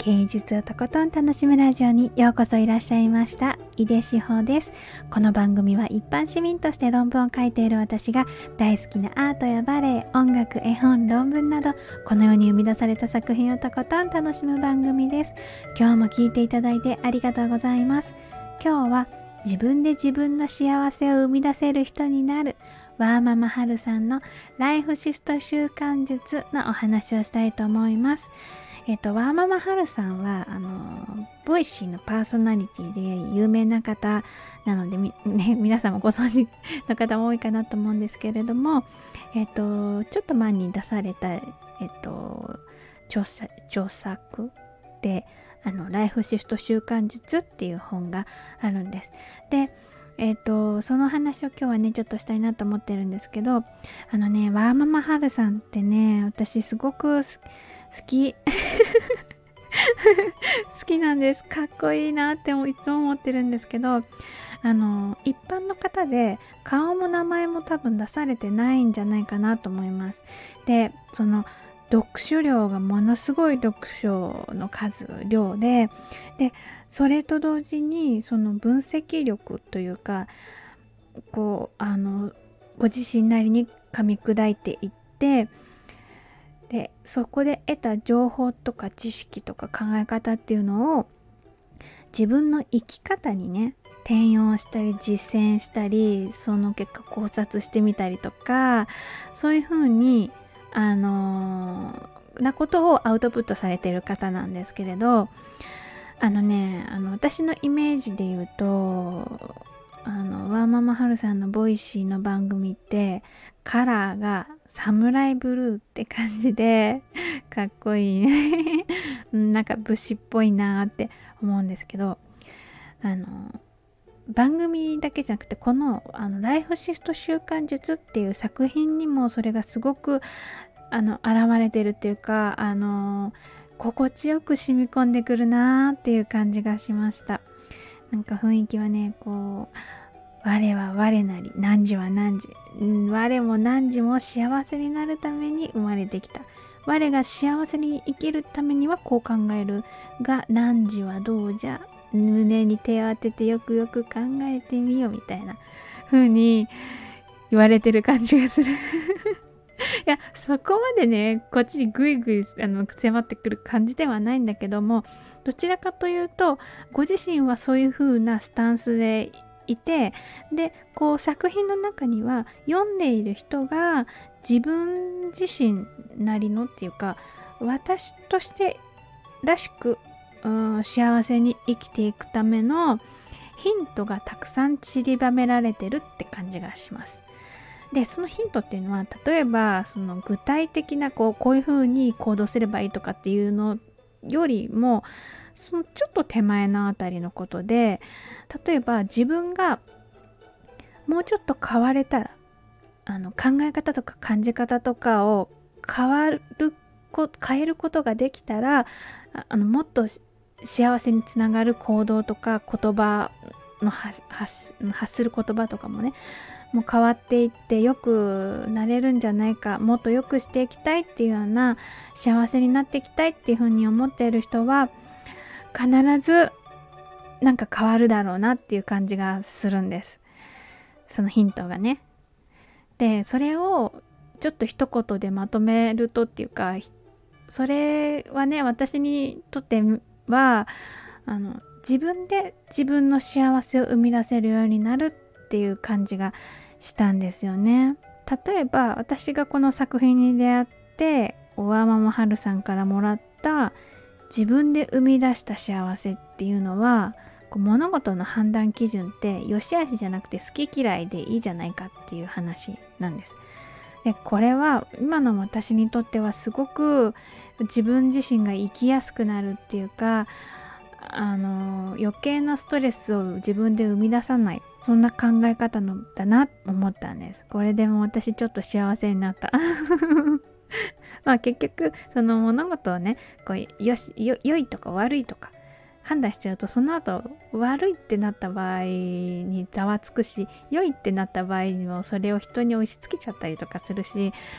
芸術をとことん楽しむラジオにようこそいらっしゃいました。井出志保です。この番組は一般市民として論文を書いている私が大好きなアートやバレエ、音楽、絵本、論文などこの世に生み出された作品をとことん楽しむ番組です。今日も聞いていただいてありがとうございます。今日は自分で自分の幸せを生み出せる人になるワーママハルさんのライフシフト習慣術のお話をしたいと思います。ワーママハルさんはボイシーのパーソナリティで有名な方なので皆さんもご存知の方も多いかなと思うんですけれども、ちょっと前に出された著作でライフシフト習慣術っていう本があるんです。でその話を今日はねちょっとしたいなと思ってるんですけど、ワーママハルさんってね、私すごく好き好きなんです。かっこいいなっていつも思ってるんですけど、一般の方で顔も名前も多分出されてないんじゃないかなと思います。で、その読書量がものすごい読書の量でそれと同時にその分析力というかご自身なりに噛み砕いていって、でそこで得た情報とか知識とか考え方っていうのを自分の生き方にね転用したり実践したり、その結果考察してみたりとか、そういう風になことをアウトプットされている方なんですけれど、私のイメージで言うとワーママハルさんのボイシーの番組ってカラーがサムライブルーって感じでかっこいいねなんか武士っぽいなって思うんですけど、番組だけじゃなくてこのライフシフト習慣術っていう作品にもそれがすごく現れてるっていうか、心地よく染み込んでくるなーっていう感じがしました。なんか雰囲気はね、こう我は我なり汝は汝、我も汝も幸せになるために生まれてきた、我が幸せに生きるためにはこう考えるが汝はどうじゃ、胸に手を当ててよくよく考えてみよみたいな風に言われてる感じがするいや、そこまでねこっちにグイグイ迫ってくる感じではないんだけども、どちらかというとご自身はそういう風なスタンスでいて、でこう作品の中には読んでいる人が自分自身なりのっていうか、私としてらしく幸せに生きていくためのヒントがたくさん散りばめられてるって感じがします。でそのヒントっていうのは、例えばその具体的なこういう風に行動すればいいとかっていうのよりも、そのちょっと手前のあたりのことで、例えば自分がもうちょっと変われたら考え方とか感じ方とかを変えることができたら、もっと幸せにつながる行動とか言葉の発する言葉とかもね、もう変わっていって良くなれるんじゃないか、もっと良くしていきたいっていうような、幸せになっていきたいっていうふうに思っている人は必ずなんか変わるだろうなっていう感じがするんです、そのヒントがね。でそれをちょっと一言でまとめるとっていうか、それはね私にとっては自分で自分の幸せを生み出せるようになるっていう感じがしたんですよね。例えば私がこの作品に出会ってワーママハルさんからもらった自分で生み出した幸せっていうのは、物事の判断基準って良し悪しじゃなくて好き嫌いでいいじゃないかっていう話なんです。でこれは今の私にとってはすごく自分自身が生きやすくなるっていうか、余計なストレスを自分で生み出さない、そんな考え方のだなと思ったんです。これでも私ちょっと幸せになったまあ結局その物事をね良いとか悪いとか判断しちゃうと、その後悪いってなった場合にざわつくし、良いってなった場合にもそれを人に押し付けちゃったりとかするし、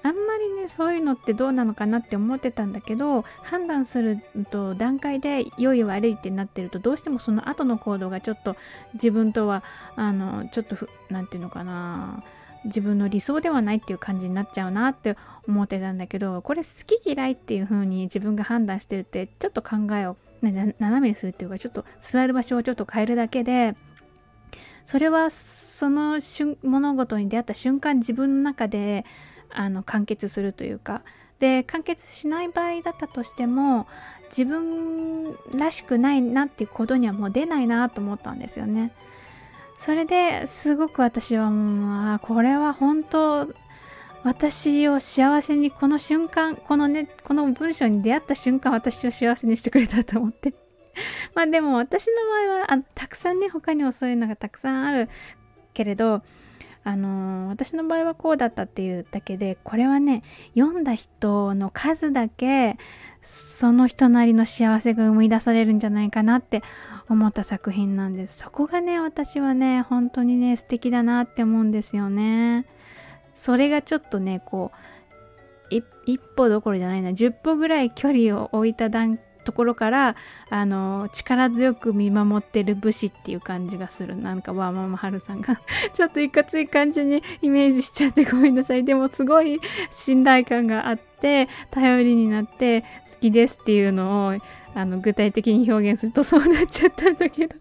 あんまりねそういうのってどうなのかなって思ってたんだけど、判断すると段階で良い悪いってなってると、どうしてもその後の行動がちょっと自分とはちょっとなんていうのかな、自分の理想ではないっていう感じになっちゃうなって思ってたんだけど、これ好き嫌いっていう風に自分が判断してるって、ちょっと考えを、斜めにするっていうか、ちょっと座る場所をちょっと変えるだけで、それはその物事に出会った瞬間自分の中で完結するというか、で完結しない場合だったとしても、自分らしくないなっていうことにはもう出ないなと思ったんですよね。それですごく私はもうこれは本当私を幸せに、この瞬間この文章に出会った瞬間私を幸せにしてくれたと思ってまあでも私の場合はたくさんね、他にもそういうのがたくさんあるけれど、私の場合はこうだったっていうだけで、これはね読んだ人の数だけその人なりの幸せが生み出されるんじゃないかなって思った作品なんです。そこがね私はね本当にね素敵だなって思うんですよね。それがちょっとねこう一歩どころじゃないな、10歩ぐらい距離を置いたところから力強く見守ってる武士っていう感じがする。なんかワーママハルさんがちょっといかつい感じにイメージしちゃってごめんなさい。でもすごい信頼感があって頼りになって好きですっていうのを具体的に表現するとそうなっちゃったんだけど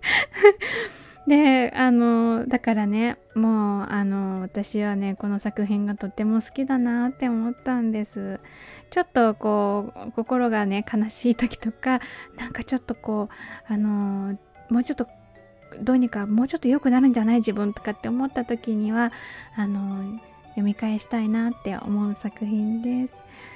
でだからねもう私はねこの作品がとっても好きだなって思ったんです。ちょっとこう心がね悲しい時とか、なんかちょっとこうもうちょっとどうにかもうちょっと良くなるんじゃない自分とかって思った時には読み返したいなって思う作品です。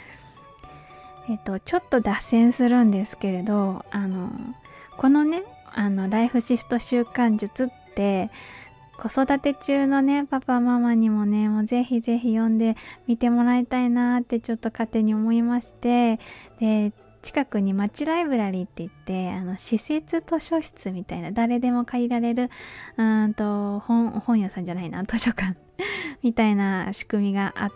ちょっと脱線するんですけれど、このねライフシフト習慣術って子育て中のねパパママにもねもうぜひぜひ読んでみてもらいたいなってちょっと勝手に思いまして、で近くに町ライブラリーって言って施設図書室みたいな、誰でも借りられる本屋さんじゃないな、図書館みたいな仕組みがあって、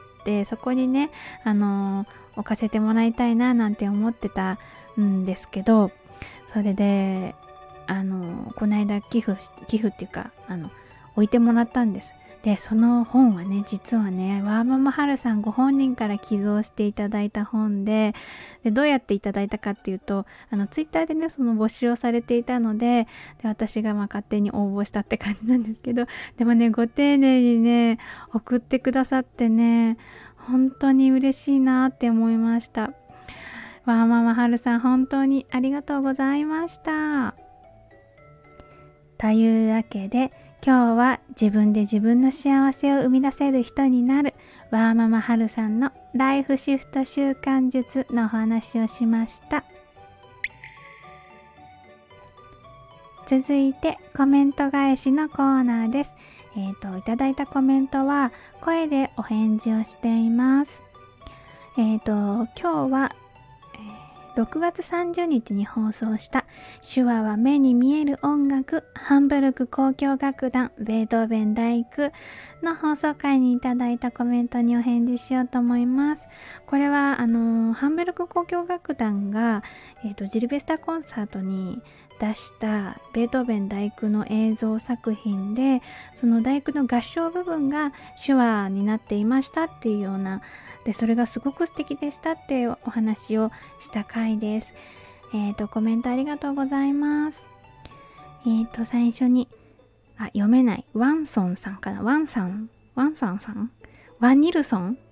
そこにね置かせてもらいたいななんて思ってたんですけど、それでこの間寄付っていうか置いてもらったんです。でその本はね実はねワーママハルさんご本人から寄贈していただいた本で、どうやっていただいたかっていうとツイッターでねその募集をされていたので、私が勝手に応募したって感じなんですけど、でもねご丁寧にね送ってくださってね本当に嬉しいなって思いました。ワーママハルさん本当にありがとうございました。というわけで今日は自分で自分の幸せを生み出せる人になるワーママハルさんのライフシフト習慣術のお話をしました。続いてコメント返しのコーナーです。いただいたコメントは声でお返事をしています。今日は6月30日に放送した手話は目に見える音楽ハンブルク交響楽団ベートーベン第9の放送回にいただいたコメントにお返事しようと思います。これはハンブルク交響楽団が、ジルベスターコンサートに出したベートーベン第9の映像作品で、その第9の合唱部分が手話になっていましたっていうようなで、それがすごく素敵でしたっていうお話をした回です。コメントありがとうございます。最初に読めないワンソンさんかな、ワンさんさんワニルソン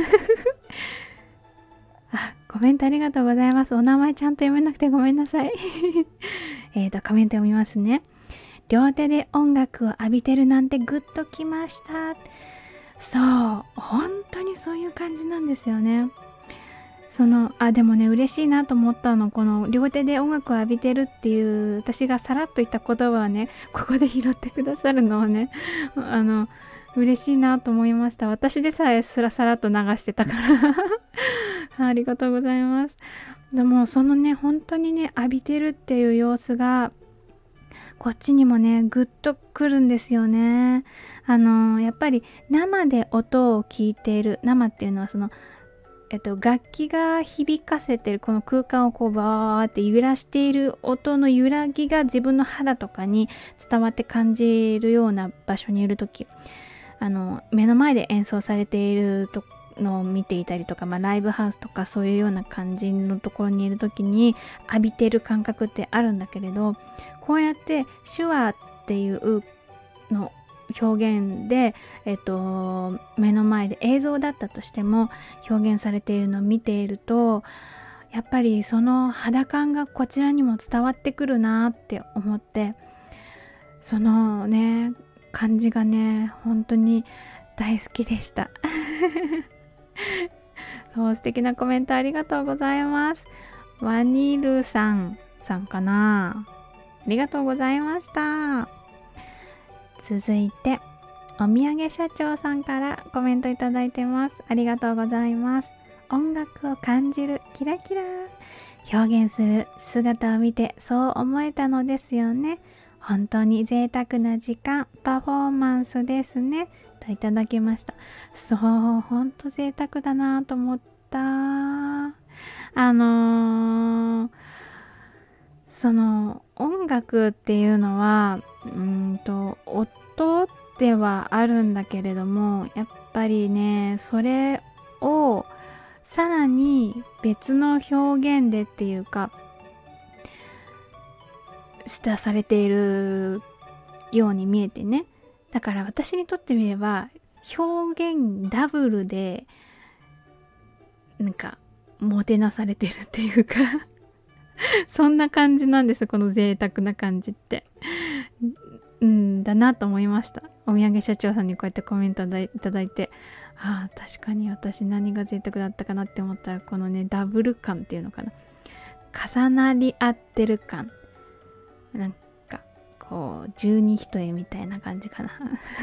コメントありがとうございます。お名前ちゃんと読めなくてごめんなさいコメント読みますね。両手で音楽を浴びてるなんてグッときました。そう本当にそういう感じなんですよね。でもね嬉しいなと思ったの、この両手で音楽を浴びてるっていう私がさらっと言った言葉をねここで拾ってくださるのはね嬉しいなと思いました。私でさえスラサラと流してたからありがとうございます。でもそのね本当にね浴びてるっていう様子がこっちにもねグッとくるんですよね。やっぱり生で音を聞いている、生っていうのはその楽器が響かせてるこの空間をこうバーって揺らしている音の揺らぎが自分の肌とかに伝わって感じるような場所にいるとき、目の前で演奏されているのを見ていたりとか、ライブハウスとかそういうような感じのところにいるときに浴びてる感覚ってあるんだけれど、こうやって手話っていうの表現で、目の前で映像だったとしても表現されているのを見ていると、やっぱりその肌感がこちらにも伝わってくるなって思って、そのね感じがね本当に大好きでしたそう、素敵なコメントありがとうございます。ワニルさんかな、ありがとうございました。続いてお土産社長さんからコメントいただいてます。ありがとうございます。音楽を感じる、キラキラ表現する姿を見てそう思えたのですよね。本当に贅沢な時間、パフォーマンスですね、といただきました。そう、本当贅沢だなと思った。その音楽っていうのは音ではあるんだけれども、やっぱりねそれをさらに別の表現でっていうかされているように見えてね、だから私にとってみれば表現ダブルでなんかもてなされてるっていうかそんな感じなんです、この贅沢な感じってだなと思いました。お土産社長さんにこうやってコメントいただいて、確かに私何が贅沢だったかなって思ったら、このねダブル感っていうのかな、重なり合ってる感、なんかこう十二一重みたいな感じかな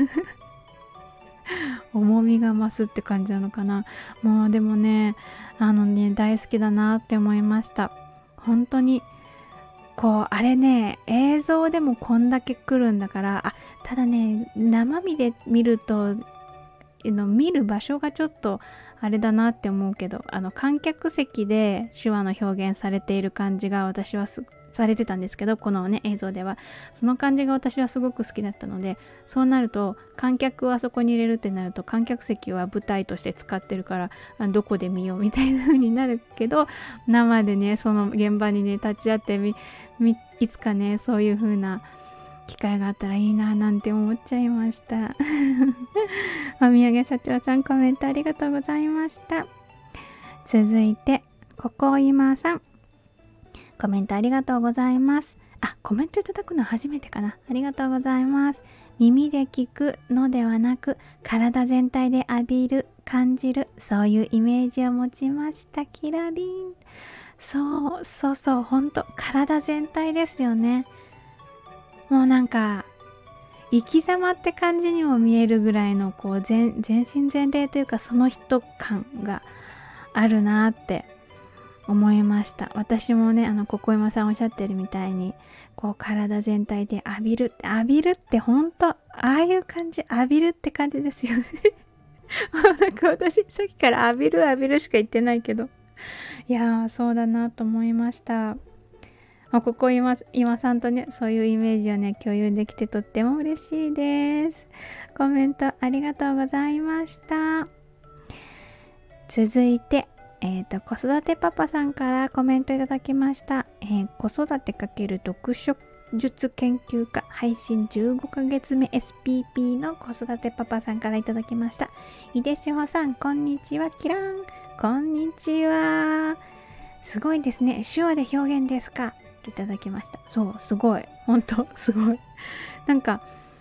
重みが増すって感じなのかな。もうでもね大好きだなって思いました。本当にこうあれね映像でもこんだけ来るんだから、ただね生身で見ると見る場所がちょっとあれだなって思うけど、観客席で手話の表現されている感じが私はされてたんですけど、このね映像ではその感じが私はすごく好きだったので、そうなると観客をあそこに入れるってなると観客席は舞台として使ってるからどこで見ようみたいな風になるけど、生でねその現場にね立ち会っていつかねそういう風な機会があったらいいななんて思っちゃいましたお土産社長さんコメントありがとうございました。続いてここ今さんコメントありがとうございます。コメントいただくの初めてかな。ありがとうございます。耳で聞くのではなく体全体で浴びる、感じる、そういうイメージを持ちました。キラリン。そう本当体全体ですよね。もうなんか生き様って感じにも見えるぐらいのこう全身全霊というかその人感があるなって思いました。私もねここ山さんおっしゃってるみたいにこう体全体で浴びるって本当ああいう感じ、浴びるって感じですよねなんか私さっきから浴びるしか言ってないけど、いやーそうだなと思いました。ここ今さんとねそういうイメージをね共有できてとっても嬉しいです。コメントありがとうございました。続いて子育てパパさんからコメントいただきました。子育て×読書術研究家配信15ヶ月目 SPP の子育てパパさんからいただきました。井出志保さんこんにちは。キランこんにちは。すごいですね。手話で表現ですかといただきました。そうすごい本当すごいなんか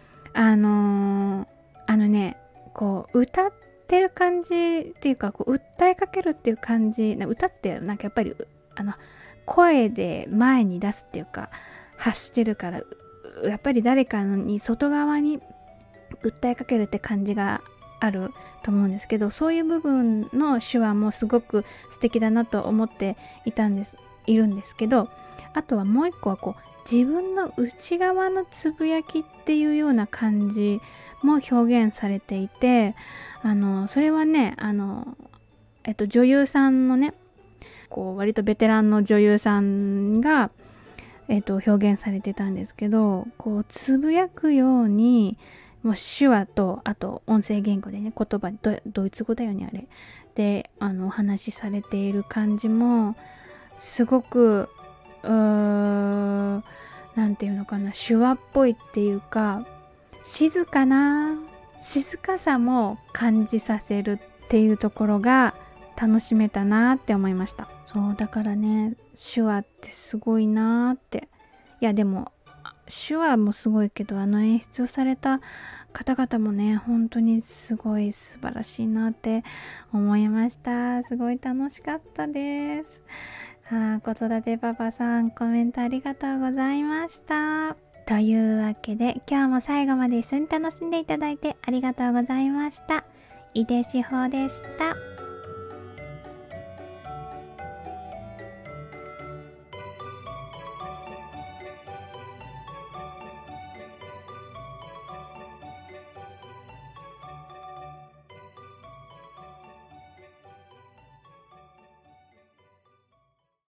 ねこう歌ってる感じっていうかこう訴えかけるっていう感じ、歌ってなんかやっぱり声で前に出すっていうか発してるからやっぱり誰かに外側に訴えかけるって感じがあると思うんですけど、そういう部分の手話もすごく素敵だなと思っているんですけど、あとはもう一個はこう自分の内側のつぶやきっていうような感じも表現されていて、それはね、女優さんのね、こう割とベテランの女優さんが、表現されてたんですけど、こうつぶやくように、もう手話とあと音声言語でね、言葉ドイツ語だよねあれでお話しされている感じもすごくなんていうのかな、手話っぽいっていうか、静かさも感じさせるっていうところが楽しめたなって思いました。そうだからね、手話ってすごいなって。いやでも手話もすごいけど、演出をされた方々もね、本当にすごい素晴らしいなって思いました。すごい楽しかったです。子育てパパさん、コメントありがとうございました。というわけで、今日も最後まで一緒に楽しんでいただいてありがとうございました。井出志保でした。